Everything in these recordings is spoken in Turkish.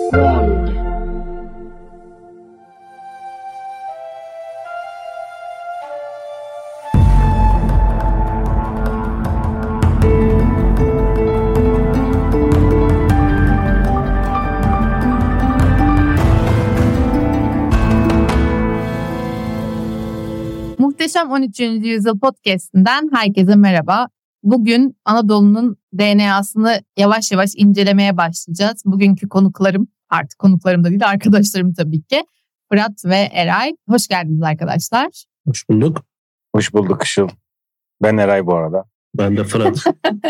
Muhteşem 13. Yüzyıl Podcast'inden herkese merhaba. Bugün Anadolu'nun DNA'sını yavaş yavaş incelemeye başlayacağız. Bugünkü konuklarım, artık konuklarım da değil arkadaşlarım tabii ki, Fırat ve Eray. Hoş geldiniz arkadaşlar. Hoş bulduk. Hoş bulduk Işıl. Ben Eray bu arada. Ben de Fırat.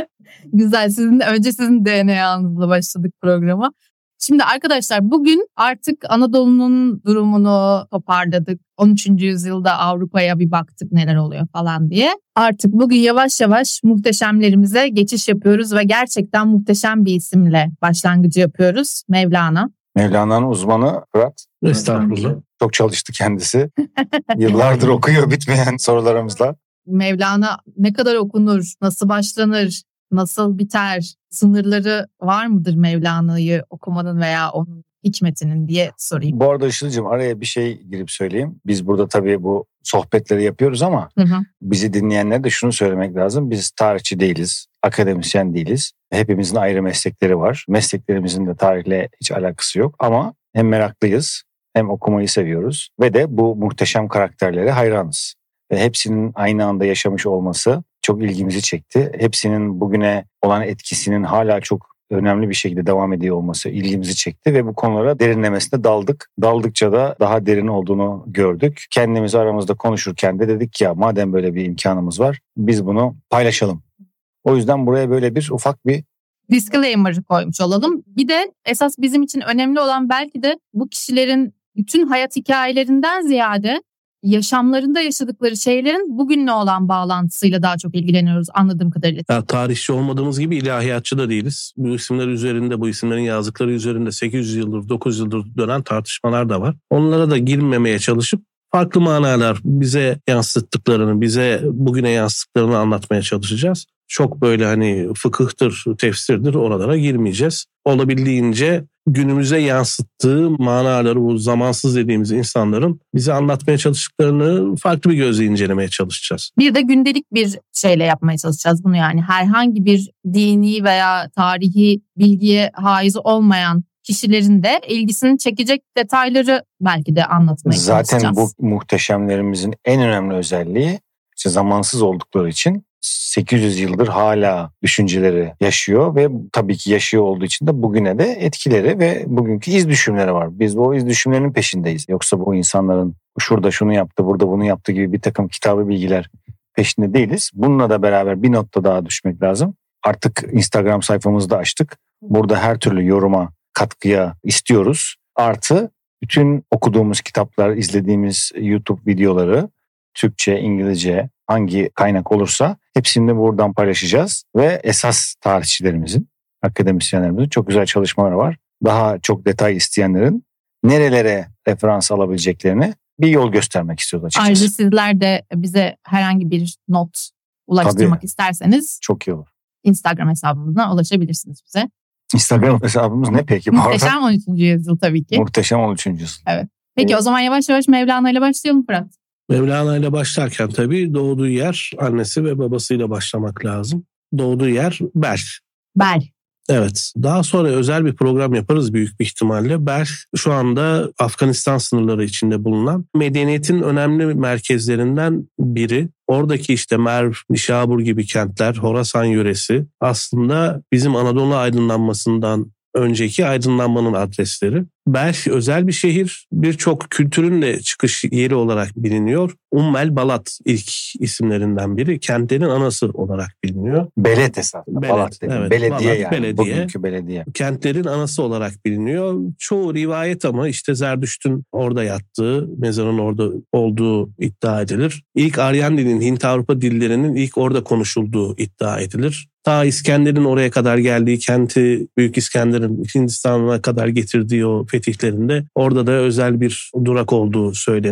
Güzel. Önce sizin DNA'nızla başladık programa. Şimdi arkadaşlar bugün artık Anadolu'nun durumunu toparladık. 13. yüzyılda Avrupa'ya bir baktık neler oluyor falan diye. Artık bugün yavaş yavaş muhteşemlerimize geçiş yapıyoruz ve gerçekten muhteşem bir isimle başlangıcı yapıyoruz. Mevlana. Mevlana'nın uzmanı Fırat. Estağfurullah. Çok çalıştı kendisi. Yıllardır okuyor bitmeyen sorularımızla. Mevlana ne kadar okunur, nasıl başlanır, nasıl biter, sınırları var mıdır Mevlana'yı okumanın veya onun hikmetinin diye sorayım. Bu arada Işıl'cığım araya bir şey girip söyleyeyim. Biz burada tabii bu sohbetleri yapıyoruz ama bizi dinleyenlere de şunu söylemek lazım. Biz tarihçi değiliz, akademisyen değiliz. Hepimizin ayrı meslekleri var. Mesleklerimizin de tarihle hiç alakası yok ama hem meraklıyız hem okumayı seviyoruz ve de bu muhteşem karakterlere hayranız. Ve hepsinin aynı anda yaşamış olması çok ilgimizi çekti. Hepsinin bugüne olan etkisinin hala çok önemli bir şekilde devam ediyor olması ilgimizi çekti ve bu konulara derinlemesine daldık. Daldıkça da daha derin olduğunu gördük. Kendimiz aramızda konuşurken de dedik ya madem böyle bir imkanımız var biz bunu paylaşalım. O yüzden buraya böyle bir ufak bir disclaimer koymuş olalım. Bir de esas bizim için önemli olan belki de bu kişilerin bütün hayat hikayelerinden ziyade yaşamlarında yaşadıkları şeylerin bugünle olan bağlantısıyla daha çok ilgileniyoruz anladığım kadarıyla. Ya, tarihçi olmadığımız gibi ilahiyatçı da değiliz. Bu isimler üzerinde, bu isimlerin yazdıkları üzerinde 800 yıldır, 900 yıldır dönen tartışmalar da var. Onlara da girmemeye çalışıp farklı manalar bize yansıttıklarını, bize bugüne yansıttıklarını anlatmaya çalışacağız. Çok böyle hani fıkıhtır, tefsirdir oralara girmeyeceğiz. Olabildiğince günümüze yansıttığı manaları bu zamansız dediğimiz insanların bize anlatmaya çalıştıklarını farklı bir gözle incelemeye çalışacağız. Bir de gündelik bir şeyle yapmaya çalışacağız bunu yani. Herhangi bir dini veya tarihi bilgiye haiz olmayan kişilerin de ilgisini çekecek detayları belki de anlatmaya çalışacağız. Zaten bu muhteşemlerimizin en önemli özelliği işte zamansız oldukları için 800 yıldır hala düşünceleri yaşıyor ve tabii ki yaşıyor olduğu için de bugüne de etkileri ve bugünkü iz düşümleri var. Biz bu iz düşümlerinin peşindeyiz. Yoksa bu insanların şurada şunu yaptı, burada bunu yaptı gibi bir takım kitabı bilgiler peşinde değiliz. Bununla da beraber bir notta daha düşmek lazım. Artık Instagram sayfamızı da açtık. Burada her türlü yoruma, katkıya istiyoruz. Artı bütün okuduğumuz kitaplar, izlediğimiz YouTube videoları Türkçe, İngilizce hangi kaynak olursa hepsini de buradan paylaşacağız. Ve esas tarihçilerimizin, akademisyenlerimizin çok güzel çalışmaları var. Daha çok detay isteyenlerin nerelere referans alabileceklerini bir yol göstermek istiyoruz açıkçası. Ayrıca sizler de bize herhangi bir not ulaştırmak isterseniz çok iyi olur. Instagram hesabımızdan ulaşabilirsiniz bize. Instagram hesabımız ne peki? Muhteşem 13. yüzyıl tabii ki. Muhteşem 13. yüzyıl. Evet. Peki o zaman yavaş yavaş Mevlana ile başlayalım Fırat. Mevlana ile başlarken tabii doğduğu yer annesi ve babasıyla başlamak lazım. Doğduğu yer Belh. Belh. Evet. Daha sonra özel bir program yaparız büyük bir ihtimalle. Belh şu anda Afganistan sınırları içinde bulunan medeniyetin önemli merkezlerinden biri. Oradaki işte Merv, Nişabur gibi kentler, Horasan yöresi aslında bizim Anadolu aydınlanmasından önceki aydınlanmanın adresleri. Belh özel bir şehir, birçok kültürün de çıkış yeri olarak biliniyor. El Balat ilk isimlerinden biri, kentlerin anası olarak biliniyor. Beled esasında, Balat dedim. Evet, belediye Balat, yani, belediye, bugünkü belediye. Kentlerin anası olarak biliniyor. Çoğu rivayet ama işte Zerdüşt'ün orada yattığı, mezarın orada olduğu iddia edilir. İlk Aryan dilinin, Hint-Avrupa dillerinin ilk orada konuşulduğu iddia edilir. Ta İskender'in oraya kadar geldiği, kenti Büyük İskender'in Hindistan'a kadar getirdiği o fetihlerinde orada da özel bir durak olduğu söylenir.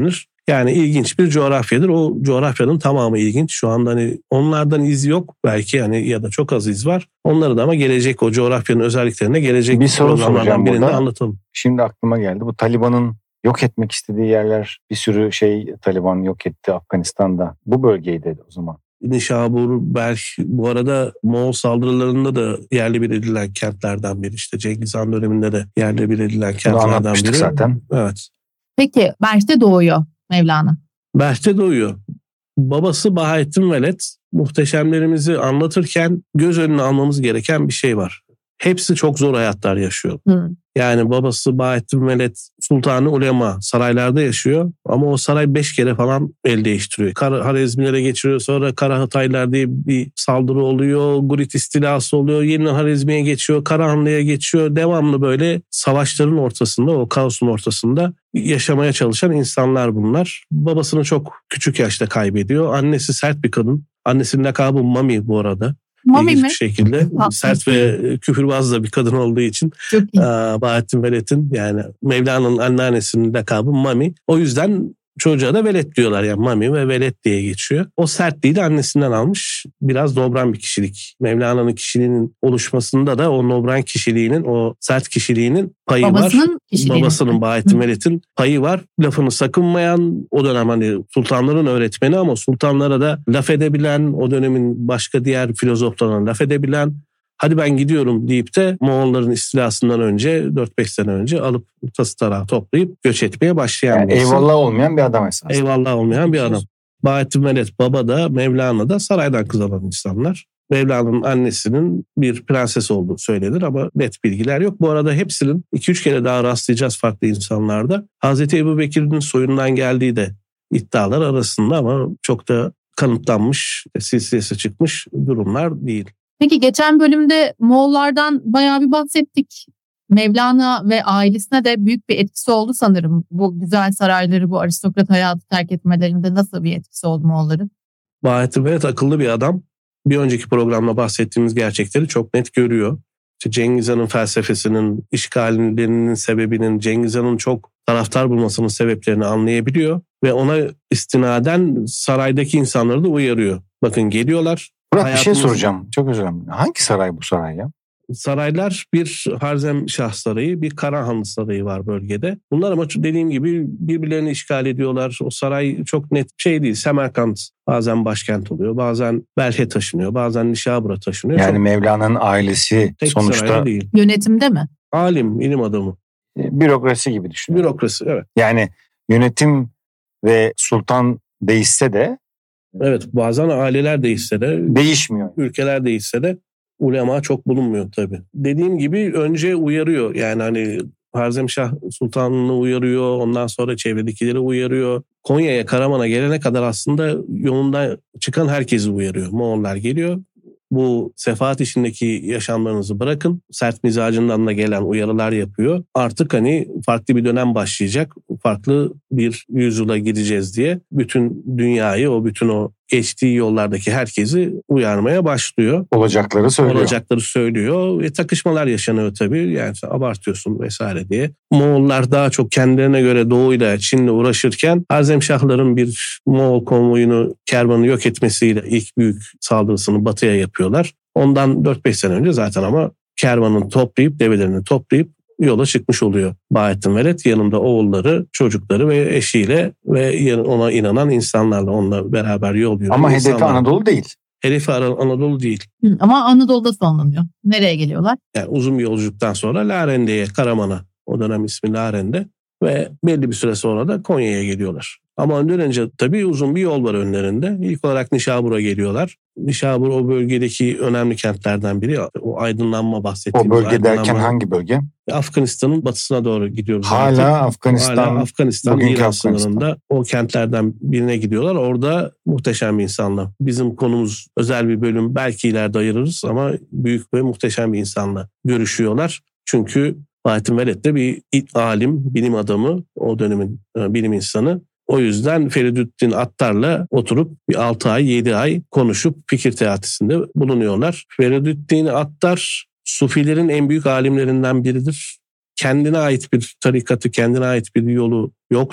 Yani ilginç bir coğrafyadır. O coğrafyanın tamamı ilginç. Şu anda hani onlardan iz yok belki hani ya da çok az iz var. Onları da ama gelecek o coğrafyanın özelliklerine gelecek bir soru programlardan soracağım birinde burada. anlatalım. Şimdi aklıma geldi. Bu Taliban'ın yok etmek istediği yerler, bir sürü Taliban yok etti Afganistan'da. Bu bölgeydi o zaman. Nişabur, Belh, bu arada Moğol saldırılarında da yerli bir edilen kentlerden biri. İşte Cengiz Han döneminde de yerli bir edilen Bunu kentlerden anlatmıştık biri. zaten. Evet. Peki Belh'te doğuyor Mevlana. Belh'te doğuyor. Babası Bahattin Veled, muhteşemlerimizi anlatırken göz önüne almamız gereken bir şey var. Hepsi çok zor hayatlar yaşıyor. Yani babası Bahattin Veled Sultanı Ulema saraylarda yaşıyor ama o saray 5 kere falan el değiştiriyor. Harezmilere geçiriyor, sonra Karahataylar diye bir saldırı oluyor, Gurit istilası oluyor, yeniden Harezmiye geçiyor, Karahanlı'ya geçiyor. Devamlı böyle savaşların ortasında, o kaosun ortasında yaşamaya çalışan insanlar bunlar. Babasını çok küçük yaşta kaybediyor. Annesi sert bir kadın. Annesinin lakabı Mami bu arada. Mami mi? Bir şekilde sert ve küfürbaz da bir kadın olduğu için Bahattin Veled'in yani Mevlana'nın anneannesinin lakabı Mami. O yüzden çocuğa da Veled diyorlar yani Mami ve Veled diye geçiyor. O sertliği de annesinden almış. Biraz nobran bir kişilik. Mevlana'nın kişiliğinin oluşmasında da o nobran kişiliğinin, o sert kişiliğinin payı Babasının var. Babasının Bahattin Veled'in payı var. Lafını sakınmayan, o dönem hani sultanların öğretmeni ama sultanlara da laf edebilen, o dönemin başka diğer filozoflarına laf edebilen, hadi ben gidiyorum deyip de Moğolların istilasından önce 4-5 sene önce alıp tası tarağı toplayıp göç etmeye başlayan yani eyvallah olmayan bir adam esasında. Eyvallah olmayan bir adam. Bahattin Veled baba da Mevlana da saraydan kız alan insanlar. Mevlana'nın annesinin bir prenses olduğu söylenir ama net bilgiler yok. Bu arada hepsinin 2-3 kere daha rastlayacağız farklı insanlarda. Hazreti Ebubekir'in soyundan geldiği de iddialar arasında ama çok da kanıtlanmış, silsilesi çıkmış durumlar değil. Peki geçen bölümde Moğollardan bayağı bir bahsettik. Mevlana ve ailesine de büyük bir etkisi oldu sanırım. Bu güzel sarayları, bu aristokrat hayatı terk etmelerinde nasıl bir etkisi oldu Moğolların? Bahattin Veled akıllı bir adam. Bir önceki programda bahsettiğimiz gerçekleri çok net görüyor. İşte Cengiz Han'ın felsefesinin, işgallerinin sebebinin, Cengiz Han'ın çok taraftar bulmasının sebeplerini anlayabiliyor. Ve ona istinaden saraydaki insanları da uyarıyor. Bakın geliyorlar. Murat bir şey soracağım. Çok özür dilerim. Hangi saray bu saray ya? Saraylar bir Harzemşah Sarayı, bir Karahanlı Sarayı var bölgede. Bunlar ama dediğim gibi birbirlerini işgal ediyorlar. O saray çok net şey değil. Semerkant bazen başkent oluyor, bazen Belh'e taşınıyor, bazen Nişabur'a taşınıyor. Yani çok Mevlana'nın ailesi sonuçta değil. Yönetimde mi? Alim, ilim adamı. Bürokrasi gibi düşünüyorum. Bürokrasi, evet. Yani yönetim ve sultan değişse de evet, bazen aileler değişse de değişmiyor. Ülkeler değişse de ulema çok bulunmuyor tabii. Dediğim gibi önce uyarıyor. Yani hani Harzemşah Sultanı'nı uyarıyor. Ondan sonra çevredekileri uyarıyor. Konya'ya, Karaman'a gelene kadar aslında yolunda çıkan herkesi uyarıyor. Moğollar geliyor. Bu sefahat işindeki yaşamlarınızı bırakın. Sert mizacından da gelen uyarılar yapıyor. Artık hani farklı bir dönem başlayacak. Farklı bir yüzyıla gideceğiz diye bütün dünyayı, bütün o geçtiği yollardaki herkesi uyarmaya başlıyor. Olacakları söylüyor. Ve takışmalar yaşanıyor tabii. Yani abartıyorsun vesaire diye. Moğollar daha çok kendilerine göre Doğu'yla, Çin'le uğraşırken Harzemşahların bir Moğol konvoyunu, kervanı yok etmesiyle ilk büyük saldırısını Batı'ya yapıyorlar. Ondan 4-5 sene önce zaten ama kervanını toplayıp, develerini toplayıp yola çıkmış oluyor Bahattin Veled. Yanında oğulları, çocukları ve eşiyle ve ona inanan insanlarla onunla beraber yol yürüyor. Ama hedefi Anadolu değil. Hedefi Anadolu değil. Ama Anadolu'da sonlanıyor. Nereye geliyorlar? Yani uzun bir yolculuktan sonra Larende'ye, Karaman'a, o dönem ismi Larende ve belli bir süre sonra da Konya'ya geliyorlar. Ama ondan önce tabii uzun bir yol var önlerinde. İlk olarak Nişabur'a geliyorlar. Nişabur o bölgedeki önemli kentlerden biri. O aydınlanma bahsettiğimiz. O bölge derken hangi bölge? Afganistan'ın batısına doğru gidiyoruz. Hala Afganistan, İran sınırında o kentlerden birine gidiyorlar. Orada muhteşem bir insanla. Bizim konumuz özel bir bölüm. Belki ileride ayırırız ama büyük ve muhteşem bir insanla görüşüyorlar. Çünkü Bahattin Veled de bir alim, bilim adamı, o dönemin bilim insanı. O yüzden Feridüddin Attar'la oturup bir 6 ay, 7 ay konuşup fikir teatisinde bulunuyorlar. Feridüddin Attar, Sufilerin en büyük alimlerinden biridir. Kendine ait bir tarikatı, kendine ait bir yolu yoktur.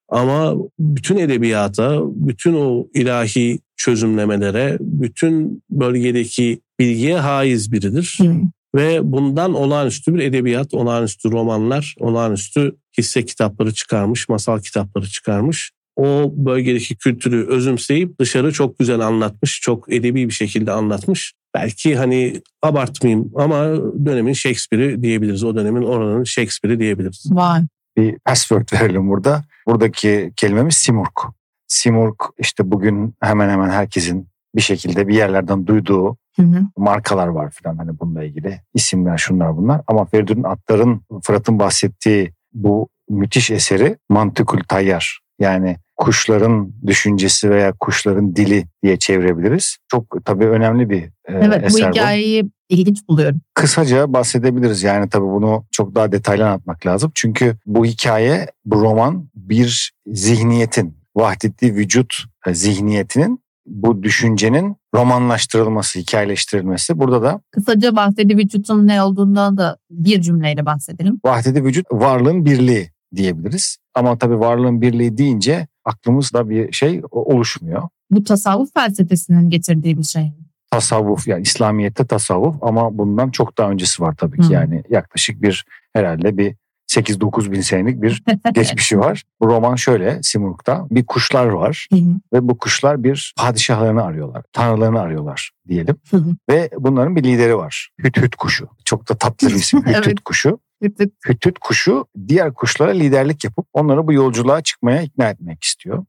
Ama bütün edebiyata, bütün o ilahi çözümlemelere, bütün bölgedeki bilgiye haiz biridir. Ve bundan olağanüstü bir edebiyat, olağanüstü romanlar, olağanüstü hisse kitapları çıkarmış, masal kitapları çıkarmış. O bölgedeki kültürü özümseyip dışarı çok güzel anlatmış, çok edebi bir şekilde anlatmış. Belki hani abartmayayım ama dönemin Shakespeare'i diyebiliriz. O dönemin oranın Shakespeare'i diyebiliriz. Vay. Bir password verelim burada. Buradaki kelimemiz Simurg. Simurg işte bugün hemen hemen herkesin bir şekilde bir yerlerden duyduğu markalar var falan hani bununla ilgili. İsimler şunlar bunlar. Ama Feridun Attar'ın, Fırat'ın bahsettiği bu müthiş eseri Mantıkul Tayyar. Yani kuşların düşüncesi veya kuşların dili diye çevirebiliriz. Çok tabii önemli bir evet, eser bu. Bu hikayeyi ilginç buluyorum. Kısaca bahsedebiliriz. Yani tabii bunu çok daha detaylı anlatmak lazım. Çünkü bu hikaye, bu roman bir zihniyetin, vahdetli vücut zihniyetinin, bu düşüncenin romanlaştırılması, hikayeleştirilmesi. Burada da kısaca vahdetli vücutun ne olduğundan da bir cümleyle bahsedelim. Vahdetli vücut varlığın birliği diyebiliriz. Ama tabii varlığın birliği deyince aklımızda bir şey oluşmuyor. Bu tasavvuf felsefesinin getirdiği bir şey. Tasavvuf, yani İslamiyet'te tasavvuf ama bundan çok daha öncesi var tabii ki. Yani yaklaşık herhalde bir 8-9 bin senelik bir geçmişi var. Bu roman şöyle, Simurg'da bir kuşlar var ve bu kuşlar bir padişahlarını arıyorlar, tanrılarını arıyorlar diyelim. Ve bunların bir lideri var, Hüt kuşu. Çok da tatlı bir isim, Hüt kuşu. Hüt kuşu diğer kuşlara liderlik yapıp onları bu yolculuğa çıkmaya ikna etmek istiyor.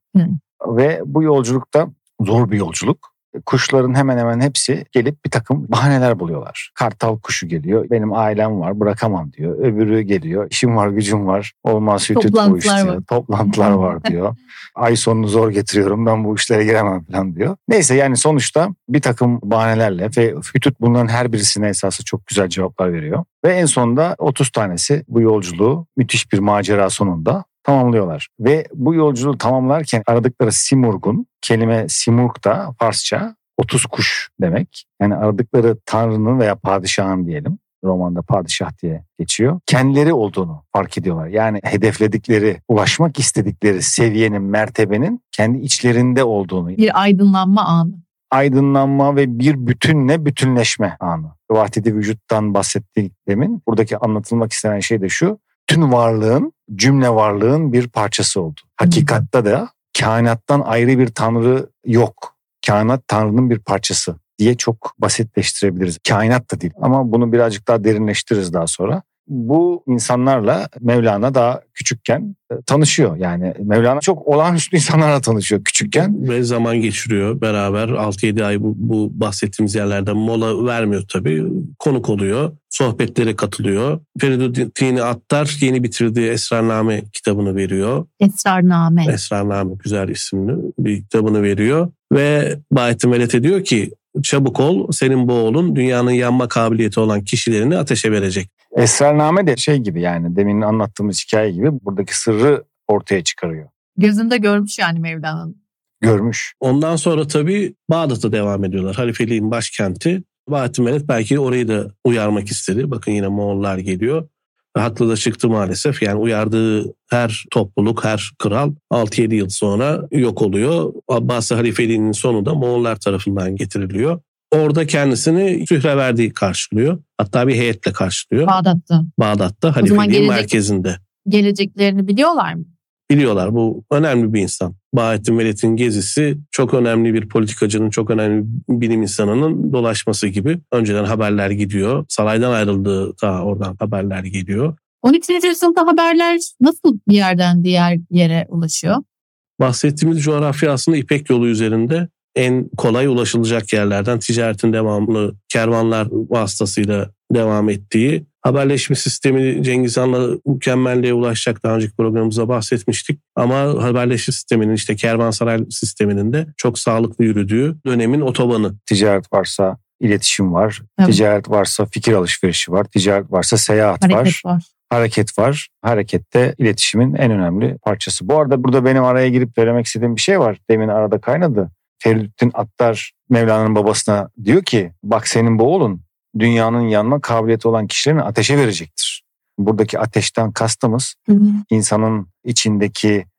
Ve bu yolculukta zor bir yolculuk. Kuşların hemen hemen hepsi gelip bir takım bahaneler buluyorlar. Kartal kuşu geliyor. Benim ailem var, bırakamam diyor. Öbürü geliyor. İşim var, gücüm var. Olmaz Hüt bu iş diyor. Toplantılar var diyor. Ay sonunu zor getiriyorum. Ben bu işlere giremem falan diyor. Neyse yani sonuçta bir takım bahanelerle ve Hüt bunların her birisine esasında çok güzel cevaplar veriyor. Ve en sonunda 30 tanesi bu yolculuğu müthiş bir macera sonunda tamamlıyorlar. Ve bu yolculuğu tamamlarken aradıkları Simurg'un, kelime Simurg da Farsça 30 kuş demek. Yani aradıkları tanrının veya padişahın diyelim. Romanda padişah diye geçiyor. Kendileri olduğunu fark ediyorlar. Yani hedefledikleri, ulaşmak istedikleri seviyenin, mertebenin kendi içlerinde olduğunu. Bir aydınlanma anı. Aydınlanma ve bir bütünle bütünleşme anı. Vahdeti vücuttan bahsettiğim demin. Buradaki anlatılmak istenen şey de şu. Tüm varlığın, cümle varlığın bir parçası oldu. Hakikatte de kainattan ayrı bir tanrı yok. Kainat tanrının bir parçası diye çok basitleştirebiliriz. Kainat da değil ama bunu birazcık daha derinleştiririz daha sonra. Bu insanlarla Mevlana daha küçükken tanışıyor. Yani Mevlana çok olağanüstü insanlarla tanışıyor küçükken. Ve zaman geçiriyor beraber 6-7 ay bu bahsettiğimiz yerlerde mola vermiyor tabii. Konuk oluyor, sohbetlere katılıyor. Feridun Attar yeni bitirdiği Esrarname kitabını veriyor. Esrarname güzel isimli bir kitabını veriyor. Ve Bahattin Veled'e diyor ki çabuk ol, senin bu oğlun dünyanın yanma kabiliyeti olan kişilerini ateşe verecek. Esrarname de şey gibi, yani demin anlattığımız hikaye gibi buradaki sırrı ortaya çıkarıyor. Gözünde görmüş yani Mevlana'nın. Görmüş. Ondan sonra tabii Bağdat'a devam ediyorlar. Halifeliğin başkenti. Bahattin Veled belki orayı da uyarmak istedi. Bakın yine Moğollar geliyor. Haklı da çıktı maalesef. Yani uyardığı her topluluk, her kral 6-7 yıl sonra yok oluyor. Abbasi halifeliğinin sonu da Moğollar tarafından getiriliyor. Orada kendisini Sühreverdi karşılıyor. Hatta bir heyetle karşılıyor. Bağdat'ta halifeliğin merkezinde. Geleceklerini biliyorlar mı? Biliyorlar. Bu önemli bir insan. Bahattin Veled'in gezisi çok önemli bir politikacının, çok önemli bir bilim insanının dolaşması gibi. Önceden haberler gidiyor. Saraydan ayrıldığı da oradan haberler geliyor. 12. yüzyılda haberler nasıl bir yerden diğer yere ulaşıyor? Bahsettiğimiz coğrafya aslında İpek Yolu üzerinde en kolay ulaşılacak yerlerden, ticaretin devamlı kervanlar vasıtasıyla devam ettiği, haberleşme sistemi Cengiz Han'la mükemmelliğe ulaşacak, daha önceki programımızda bahsetmiştik. Ama haberleşme sisteminin, işte kervansaray sisteminin de çok sağlıklı yürüdüğü dönemin otobanı. Ticaret varsa iletişim var, evet. Ticaret varsa fikir alışverişi var, ticaret varsa seyahat var. Hareket var. Harekette iletişimin en önemli parçası. Bu arada burada benim araya girip söylemek istediğim bir şey var. Demin arada kaynadı. Feridun Attar Mevlana'nın babasına diyor ki bak senin bu oğlun dünyanın yanma kabiliyeti olan kişilerini ateşe verecektir. Buradaki ateşten kastımız insanın içindeki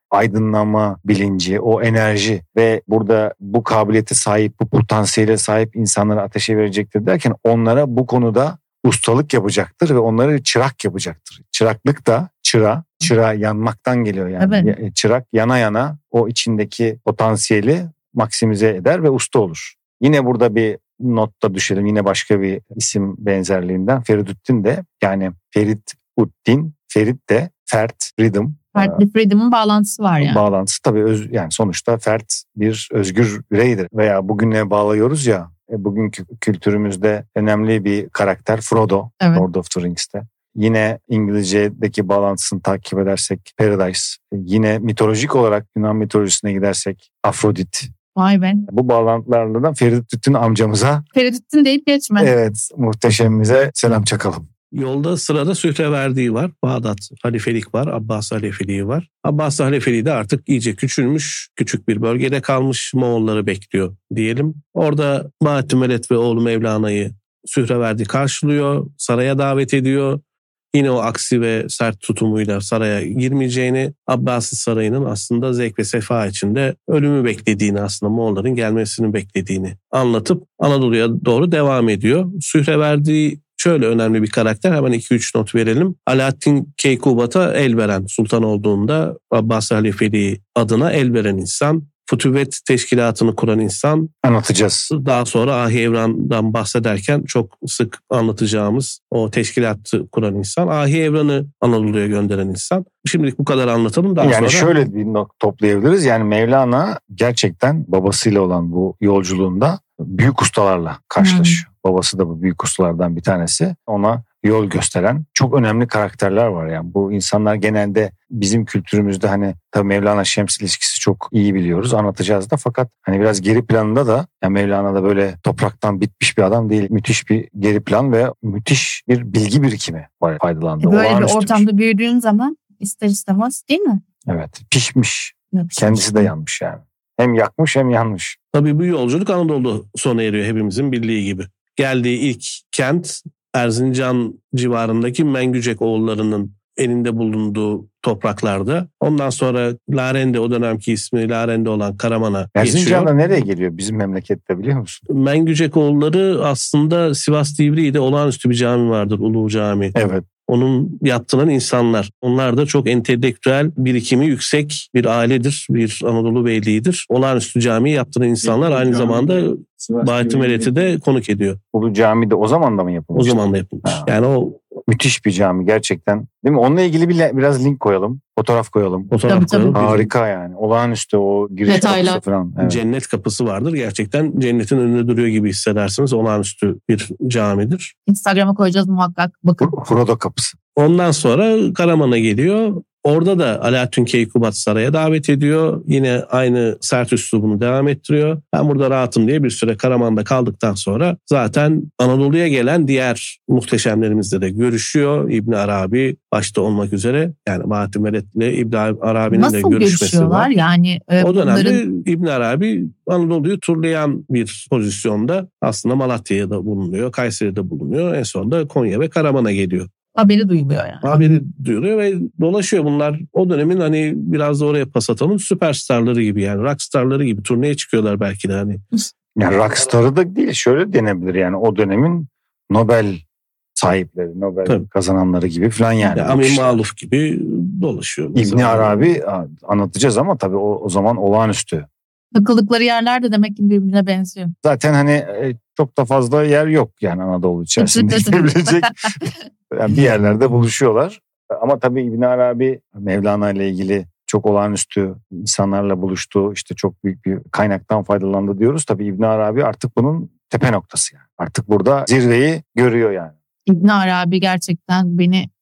aydınlanma bilinci, o enerji ve burada bu kabiliyete sahip, bu potansiyele sahip insanları ateşe verecektir derken onlara bu konuda ustalık yapacaktır ve onları çırak yapacaktır. Çıraklık da çıra yanmaktan geliyor yani. Evet. Çırak yana yana o içindeki potansiyeli maksimize eder ve usta olur. Yine burada bir notta düşelim. Yine başka bir isim benzerliğinden Feridüddin de yani Feridüddin, Ferit de Fert, Rhythm. Fert'le Freedom'un bağlantısı var yani. Bağlantısı tabii yani sonuçta Fert bir özgür bireydir. Veya bugüne bağlıyoruz ya bugünkü kültürümüzde önemli bir karakter Frodo, evet. Lord of the Rings'te. Yine İngilizce'deki bağlantısını takip edersek Paradise. Yine mitolojik olarak Yunan mitolojisine gidersek Afrodit. Vay be. Bu bağlantılarla Feridüddin amcamıza. Feridüddin deyip geçme. Evet, muhteşemimize selam çakalım. Yolda sırada Sühreverdi var. Bağdat halifelik var. Abbas halifeliği var. Abbas halifeliği de artık iyice küçülmüş. Küçük bir bölgede kalmış. Moğolları bekliyor diyelim. Orada Bahattin Veled ve oğlu Mevlana'yı Sühreverdi karşılıyor. Saraya davet ediyor. Yine o aksi ve sert tutumuyla saraya girmeyeceğini, Abbasi sarayının aslında zevk ve sefa içinde ölümü beklediğini, aslında Moğolların gelmesini beklediğini anlatıp Anadolu'ya doğru devam ediyor. Sühreverdi şöyle önemli bir karakter, hemen 2-3 not verelim. Alaaddin Keykubat'a el veren, sultan olduğunda Abbasi halifeliği adına el veren insan. Fütüvvet teşkilatını kuran insan. Anlatacağız. Daha sonra Ahi Evran'dan bahsederken çok sık anlatacağımız o teşkilatı kuran insan. Ahi Evran'ı Anadolu'ya gönderen insan. Şimdilik bu kadar anlatalım. Daha yani sonra... şöyle bir toplayabiliriz. Yani Mevlana gerçekten babasıyla olan bu yolculuğunda büyük ustalarla karşılaşıyor. Babası da bu büyük ustalardan bir tanesi. Ona yol gösteren çok önemli karakterler var. Yani bu insanlar genelde bizim kültürümüzde hani tabii Mevlana Şems ilişkisi çok iyi biliyoruz, anlatacağız da, fakat hani biraz geri planında da yani Mevlana da böyle topraktan bitmiş bir adam değil. Müthiş bir geri plan ve müthiş bir bilgi birikimi var, faydalandı. Böyle bir ortamda büyüdüğün zaman ister istemez, değil mi? Evet, pişmiş. Kendisi de yanmış yani. Hem yakmış hem yanmış. Tabii bu yolculuk Anadolu sona eriyor hepimizin bildiği gibi. Geldiği ilk kent Erzincan civarındaki Mengücek oğullarının elinde bulunduğu topraklarda. Ondan sonra Larende, o dönemki ismi Larende olan Karaman'a geçiyor. Erzincan'da nereye geliyor bizim memlekette biliyor musun? Mengücek oğulları aslında Sivas Divriği'de olağanüstü bir cami vardır, Ulu Cami. Evet. Onun yaptıran insanlar. Onlar da çok entelektüel birikimi yüksek bir ailedir. Bir Anadolu beyliğidir. Olağanüstü camiyi yaptıran insanlar aynı zamanda Bahattin Veled'i de konuk ediyor. Ulu Cami de o zaman da mı yapılmış? O zaman da yapılmış. Yani o müthiş bir cami gerçekten. Değil mi? Onunla ilgili biraz link koyalım. Fotoğraf koyalım. Tabii. Harika yani. Olağanüstü o giriş kapısı falan. Evet. Cennet kapısı vardır. Gerçekten cennetin önünde duruyor gibi hissedersiniz. Olağanüstü bir camidir. Instagram'a koyacağız muhakkak. Bakın. Frodo kapısı. Ondan sonra Karaman'a geliyor. Orada da Alaaddin Keykubat saraya davet ediyor. Yine aynı sert üslubunu devam ettiriyor. Ben burada rahatım diye bir süre Karaman'da kaldıktan sonra zaten Anadolu'ya gelen diğer muhteşemlerimizle de görüşüyor. İbn Arabi başta olmak üzere, yani Bahattin Veled ile İbn Arabi'nin de görüşmesi var. Yani o dönemde İbn Arabi Anadolu'yu turlayan bir pozisyonda, aslında Malatya'ya da bulunuyor, Kayseri'de bulunuyor. En sonunda Konya ve Karaman'a geliyor. Haberi duyuluyor yani. Haberi duyuluyor ve dolaşıyor bunlar. O dönemin hani biraz da oraya pas atalım, süperstarları gibi, yani rockstarları gibi turneye çıkıyorlar belki de hani. Yani rockstarı da değil, şöyle denebilir yani, o dönemin Nobel sahipleri, Nobel kazananları gibi falan yani. Amin Maluf gibi dolaşıyor. İbn Arabi anlatacağız ama tabii o zaman olağanüstü. Takıldıkları yerler de demek ki birbirine benziyor. Zaten hani çok da fazla yer yok yani Anadolu içerisinde gidebilecek. Yani bir yerlerde buluşuyorlar. Ama tabii İbn Arabi Mevlana ile ilgili çok olağanüstü insanlarla buluştu. İşte çok büyük bir kaynaktan faydalandı diyoruz. Tabii İbn Arabi artık bunun tepe noktası yani. Artık burada zirveyi görüyor yani. İbn Arabi gerçekten beni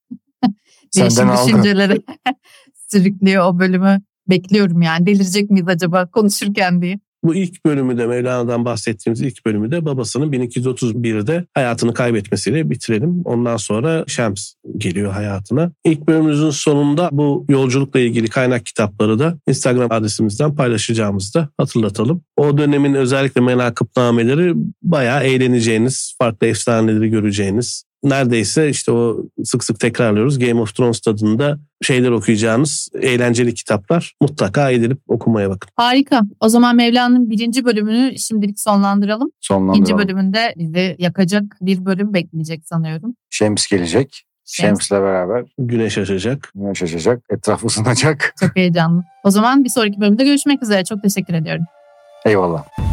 değişik düşüncelere sürüklüyor, o bölümü. Bekliyorum yani, delirecek miyiz acaba konuşurken diye. Bu ilk bölümü de, Mevlana'dan bahsettiğimiz ilk bölümü de babasının 1231'de hayatını kaybetmesiyle bitirelim. Ondan sonra Şems geliyor hayatına. İlk bölümümüzün sonunda bu yolculukla ilgili kaynak kitapları da Instagram adresimizden paylaşacağımızı da hatırlatalım. O dönemin özellikle menakıbnameleri bayağı eğleneceğiniz, farklı efsaneleri göreceğiniz, neredeyse işte o sık sık tekrarlıyoruz. Game of Thrones tadında şeyler okuyacağınız eğlenceli kitaplar mutlaka edilip okumaya bakın. Harika. O zaman Mevlana'nın 1. bölümünü şimdilik sonlandıralım. 2. bölümünde bizi yakacak bir bölüm bekleyecek sanıyorum. Şems gelecek. Şems'le beraber güneş açacak. Etraf ısınacak. Çok heyecanlı. O zaman bir sonraki bölümde görüşmek üzere. Çok teşekkür ediyorum. Eyvallah.